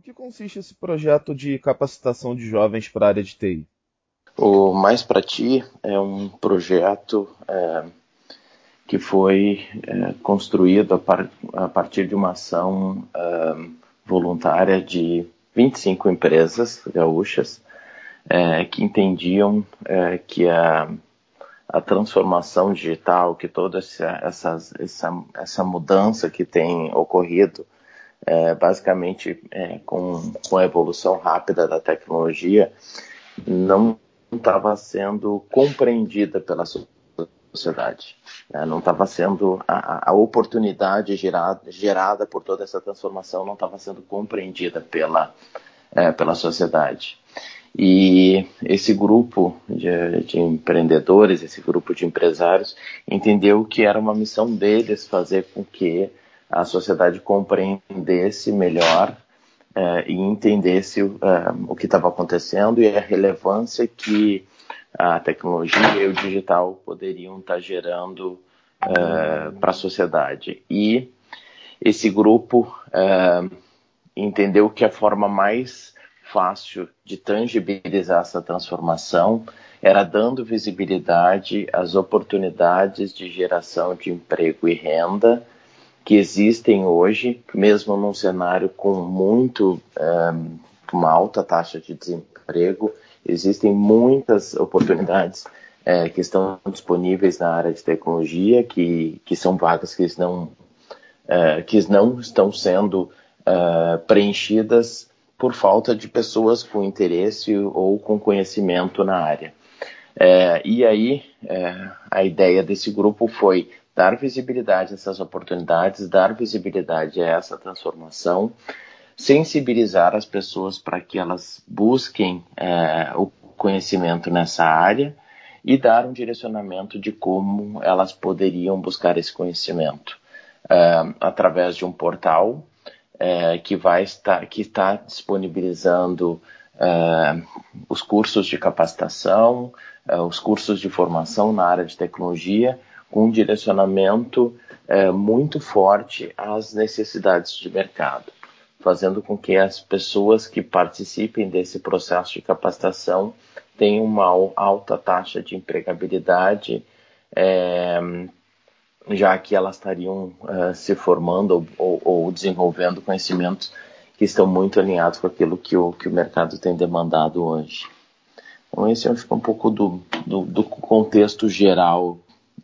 que consiste esse projeto de capacitação de jovens para a área de TI? O Mais Pra Ti é um projeto que foi construído a partir de uma ação voluntária de 25 empresas gaúchas que entendiam que a transformação digital, que toda essa mudança que tem ocorrido, basicamente com a evolução rápida da tecnologia, não estava sendo compreendida pela sociedade. Não estava sendo a oportunidade gerada por toda essa transformação não estava sendo compreendida pela sociedade. E esse grupo de empreendedores, esse grupo de empresários, entendeu que era uma missão deles fazer com que a sociedade compreendesse melhor e entendesse o que estava acontecendo e a relevância que a tecnologia e o digital poderiam estar gerando para a sociedade. E esse grupo entendeu que a forma mais fácil de tangibilizar essa transformação era dando visibilidade às oportunidades de geração de emprego e renda que existem hoje, mesmo num cenário com uma alta taxa de desemprego. Existem muitas oportunidades que estão disponíveis na área de tecnologia, que são vagas que não estão sendo preenchidas por falta de pessoas com interesse ou com conhecimento na área. E aí, a ideia desse grupo foi dar visibilidade a essas oportunidades, dar visibilidade a essa transformação, sensibilizar as pessoas para que elas busquem o conhecimento nessa área e dar um direcionamento de como elas poderiam buscar esse conhecimento através de um portal que está disponibilizando os cursos de capacitação, os cursos de formação na área de tecnologia, com um direcionamento muito forte às necessidades de mercado, fazendo com que as pessoas que participem desse processo de capacitação tenham uma alta taxa de empregabilidade, já que elas estariam se formando ou desenvolvendo conhecimentos que estão muito alinhados com aquilo que o mercado tem demandado hoje. Então esse é um pouco do contexto geral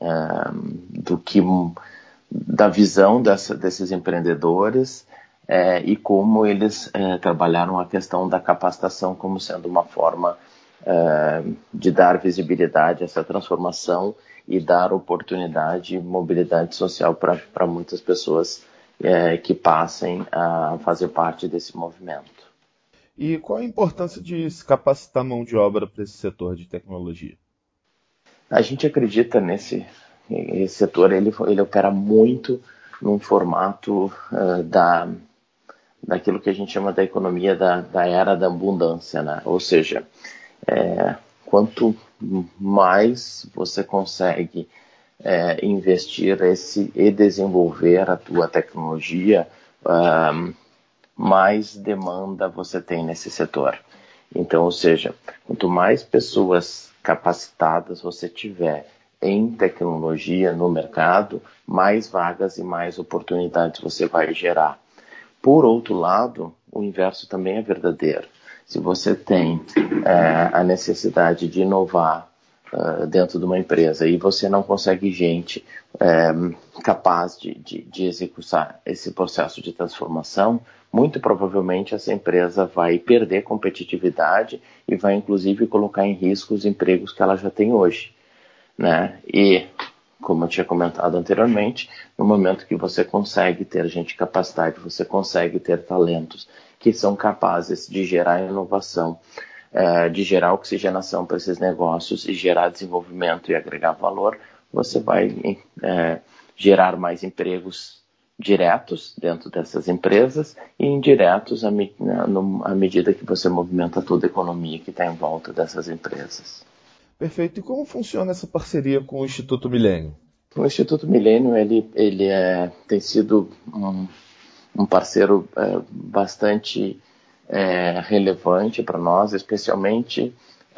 da visão desses empreendedores e como eles trabalharam a questão da capacitação como sendo uma forma de dar visibilidade a essa transformação e dar oportunidade e mobilidade social para muitas pessoas que passem a fazer parte desse movimento. E qual a importância de se capacitar mão de obra para esse setor de tecnologia? A gente acredita esse setor, ele opera muito num formato daquilo que a gente chama da economia da era da abundância, né? Ou seja, quanto mais você consegue investir e desenvolver a tua tecnologia, mais demanda você tem nesse setor. Então, ou seja, quanto mais pessoas capacitadas você tiver em tecnologia no mercado, mais vagas e mais oportunidades você vai gerar. Por outro lado, o inverso também é verdadeiro. Se você tem a necessidade de inovar dentro de uma empresa e você não consegue gente capaz de executar esse processo de transformação, muito provavelmente essa empresa vai perder competitividade e vai inclusive colocar em risco os empregos que ela já tem hoje, né? E, como eu tinha comentado anteriormente, no momento que você consegue ter gente capacitada, você consegue ter talentos que são capazes de gerar inovação, de gerar oxigenação para esses negócios e gerar desenvolvimento e agregar valor, você vai gerar mais empregos diretos dentro dessas empresas e indiretos à medida que você movimenta toda a economia que está em volta dessas empresas. Perfeito. E como funciona essa parceria com o Instituto Milênio? O Instituto Milênio ele tem sido um parceiro bastante relevante para nós, especialmente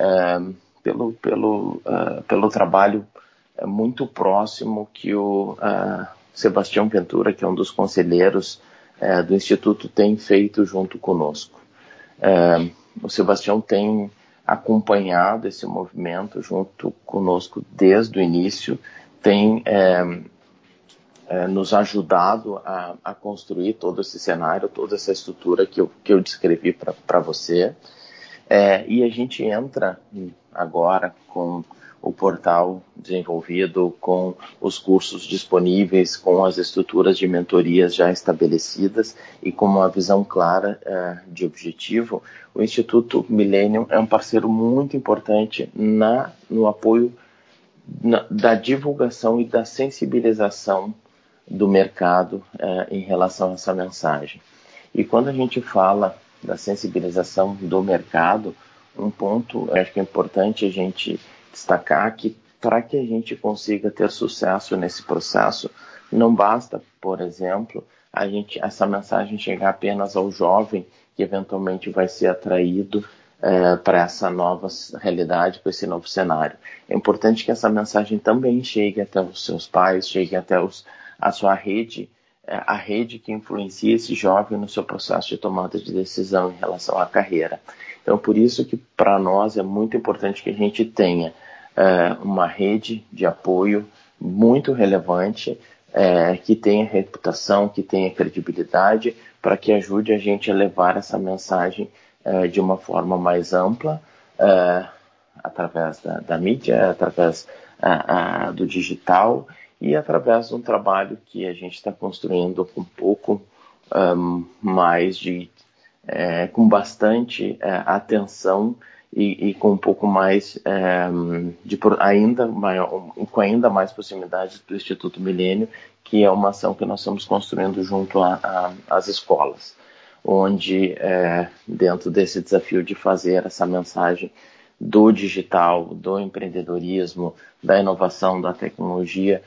pelo trabalho muito próximo que o Sebastião Ventura, que é um dos conselheiros do Instituto, tem feito junto conosco. O Sebastião tem acompanhado esse movimento junto conosco desde o início, tem nos ajudado a construir todo esse cenário, toda essa estrutura que eu descrevi para você. E a gente entra agora com o portal desenvolvido, com os cursos disponíveis, com as estruturas de mentorias já estabelecidas e com uma visão clara de objetivo. O Instituto Millennium é um parceiro muito importante no apoio da divulgação e da sensibilização do mercado em relação a essa mensagem. E quando a gente fala da sensibilização do mercado, um ponto eu acho que é importante a gente destacar que para que a gente consiga ter sucesso nesse processo, não basta, por exemplo, essa mensagem chegar apenas ao jovem que eventualmente vai ser atraído para essa nova realidade, para esse novo cenário. É importante que essa mensagem também chegue até os seus pais, chegue até a sua rede, a rede que influencia esse jovem no seu processo de tomada de decisão em relação à carreira. Então, por isso que para nós é muito importante que a gente tenha uma rede de apoio muito relevante, que tenha reputação, que tenha credibilidade, para que ajude a gente a levar essa mensagem de uma forma mais ampla, através da mídia, através do digital e através de um trabalho que a gente está construindo com um pouco mais com bastante atenção e com um pouco mais com ainda mais proximidade do Instituto Milênio, que é uma ação que nós estamos construindo junto às escolas, onde dentro desse desafio de fazer essa mensagem do digital, do empreendedorismo, da inovação, da tecnologia,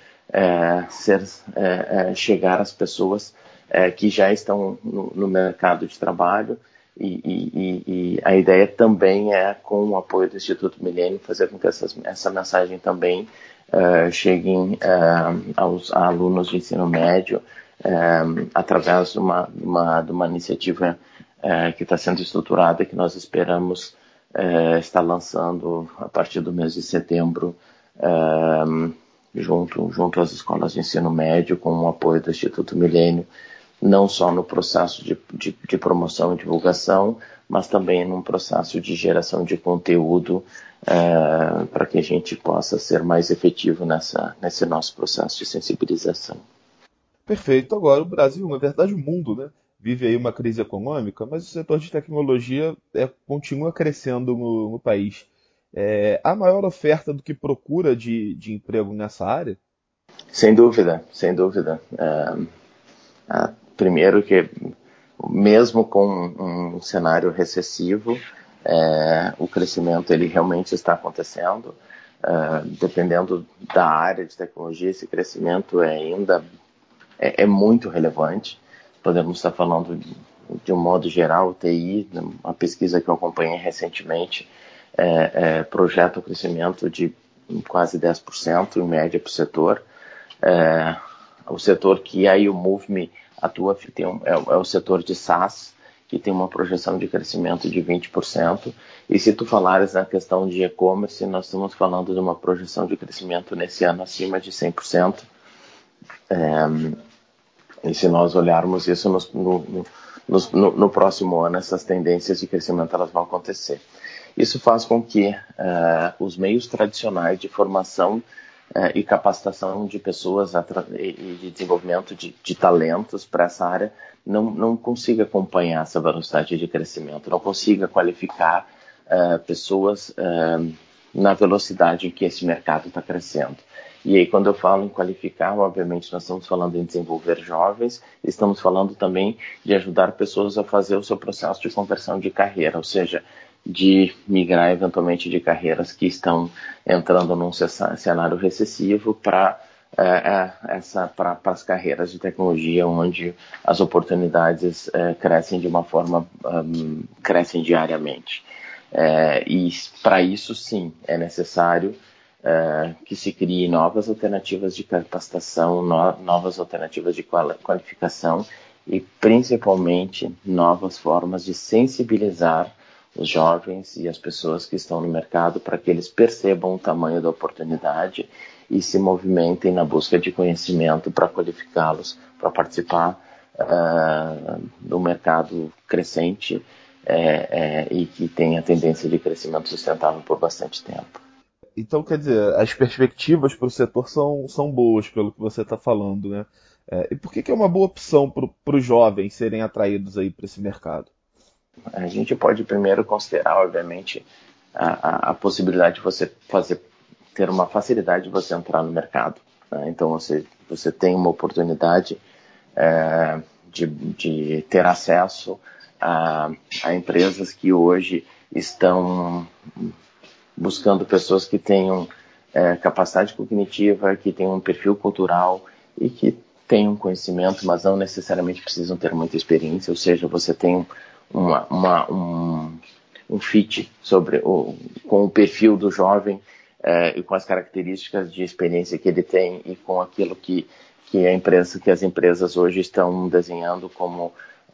chegar às pessoas que já estão no mercado de trabalho, e a ideia também com o apoio do Instituto Milênio, fazer com que essa mensagem também chegue aos alunos de ensino médio, através de uma iniciativa que está sendo estruturada, que nós esperamos estar lançando a partir do mês de setembro, junto às escolas de ensino médio, com o apoio do Instituto Milênio, não só no processo de promoção e divulgação, mas também num processo de geração de conteúdo para que a gente possa ser mais efetivo nesse nosso processo de sensibilização. Perfeito. Agora, o Brasil, na verdade o mundo, né, vive aí uma crise econômica, mas o setor de tecnologia continua crescendo no país. Há maior oferta do que procura de emprego nessa área? Sem dúvida, sem dúvida. Primeiro que, mesmo com um cenário recessivo, o crescimento ele realmente está acontecendo. Dependendo da área de tecnologia, esse crescimento ainda é muito relevante. Podemos estar falando de um modo geral, o TI, uma pesquisa que eu acompanhei recentemente, projeta um crescimento de quase 10% em média para o setor. O setor que aí o MoveMe atua é o setor de SaaS, que tem uma projeção de crescimento de 20%. E se tu falares na questão de e-commerce, nós estamos falando de uma projeção de crescimento nesse ano acima de 100%. E se nós olharmos isso no próximo ano, essas tendências de crescimento elas vão acontecer. Isso faz com que os meios tradicionais de formação e capacitação de pessoas e de desenvolvimento de talentos para essa área não consiga acompanhar essa velocidade de crescimento, não consiga qualificar pessoas na velocidade em que esse mercado está crescendo. E aí, quando eu falo em qualificar, obviamente nós estamos falando em desenvolver jovens, estamos falando também de ajudar pessoas a fazer o seu processo de conversão de carreira, ou seja, de migrar eventualmente de carreiras que estão entrando num cenário recessivo para para as carreiras de tecnologia, onde as oportunidades crescem de uma forma, crescem diariamente. E para isso, sim, é necessário que se criem novas alternativas de capacitação, novas alternativas de qualificação e, principalmente, novas formas de sensibilizar os jovens e as pessoas que estão no mercado para que eles percebam o tamanho da oportunidade e se movimentem na busca de conhecimento para qualificá-los para participar do mercado crescente e que tem a tendência de crescimento sustentável por bastante tempo. Então, quer dizer, as perspectivas para o setor são boas, pelo que você está falando, né? E por que é uma boa opção para os jovens serem atraídos aí para esse mercado? A gente pode primeiro considerar, obviamente, a possibilidade de você ter uma facilidade de você entrar no mercado. Né? Então, você tem uma oportunidade de ter acesso a empresas que hoje estão buscando pessoas que tenham capacidade cognitiva, que tenham um perfil cultural e que tenham conhecimento, mas não necessariamente precisam ter muita experiência, ou seja, você tem um fit com o perfil do jovem e com as características de experiência que ele tem e com aquilo que as empresas hoje estão desenhando como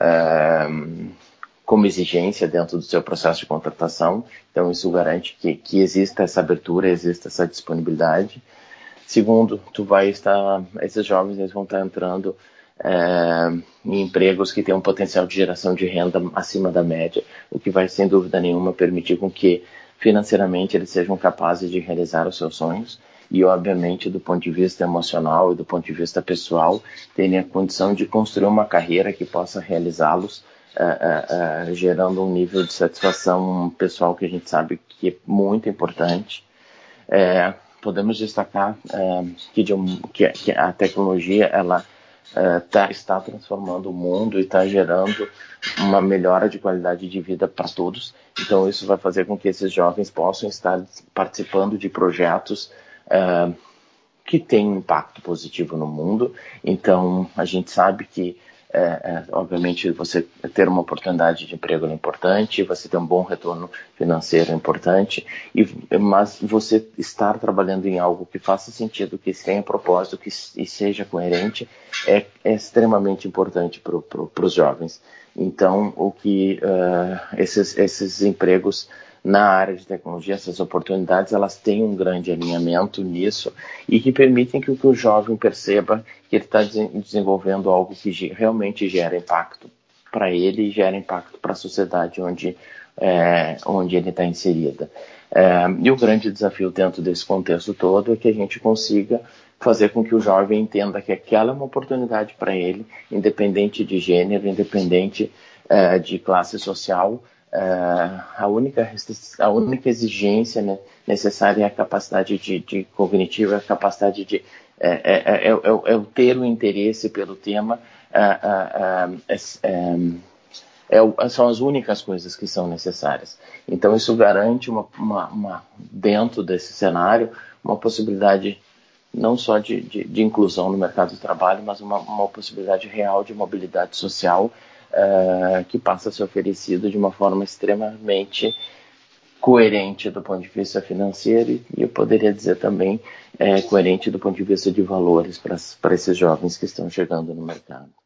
exigência dentro do seu processo de contratação. Então, isso garante que exista essa abertura, exista essa disponibilidade. Segundo, esses jovens eles vão estar entrando em empregos que têm um potencial de geração de renda acima da média, o que vai, sem dúvida nenhuma, permitir com que financeiramente eles sejam capazes de realizar os seus sonhos e, obviamente, do ponto de vista emocional e do ponto de vista pessoal, terem a condição de construir uma carreira que possa realizá-los gerando um nível de satisfação pessoal que a gente sabe que é muito importante. Podemos destacar que a tecnologia ela está transformando o mundo e está gerando uma melhora de qualidade de vida para todos. Então isso vai fazer com que esses jovens possam estar participando de projetos que têm um impacto positivo no mundo. Então a gente sabe que obviamente você ter uma oportunidade de emprego é importante, você ter um bom retorno financeiro é importante, mas você estar trabalhando em algo que faça sentido, que tenha propósito, e seja coerente, é extremamente importante para os jovens. Então, esses empregos na área de tecnologia, essas oportunidades, elas têm um grande alinhamento nisso e que permitem que o jovem perceba que ele está desenvolvendo algo que realmente gera impacto para ele e gera impacto para a sociedade onde ele está inserida. E o grande desafio dentro desse contexto todo é que a gente consiga fazer com que o jovem entenda que aquela é uma oportunidade para ele, independente de gênero, independente de classe social. A única exigência, né, necessária é a capacidade de cognitiva, a capacidade de ter o interesse pelo tema. São as únicas coisas que são necessárias. Então isso garante dentro desse cenário uma possibilidade não só de inclusão no mercado de trabalho, mas uma possibilidade real de mobilidade social que passa a ser oferecido de uma forma extremamente coerente do ponto de vista financeiro e eu poderia dizer também coerente do ponto de vista de valores para esses jovens que estão chegando no mercado.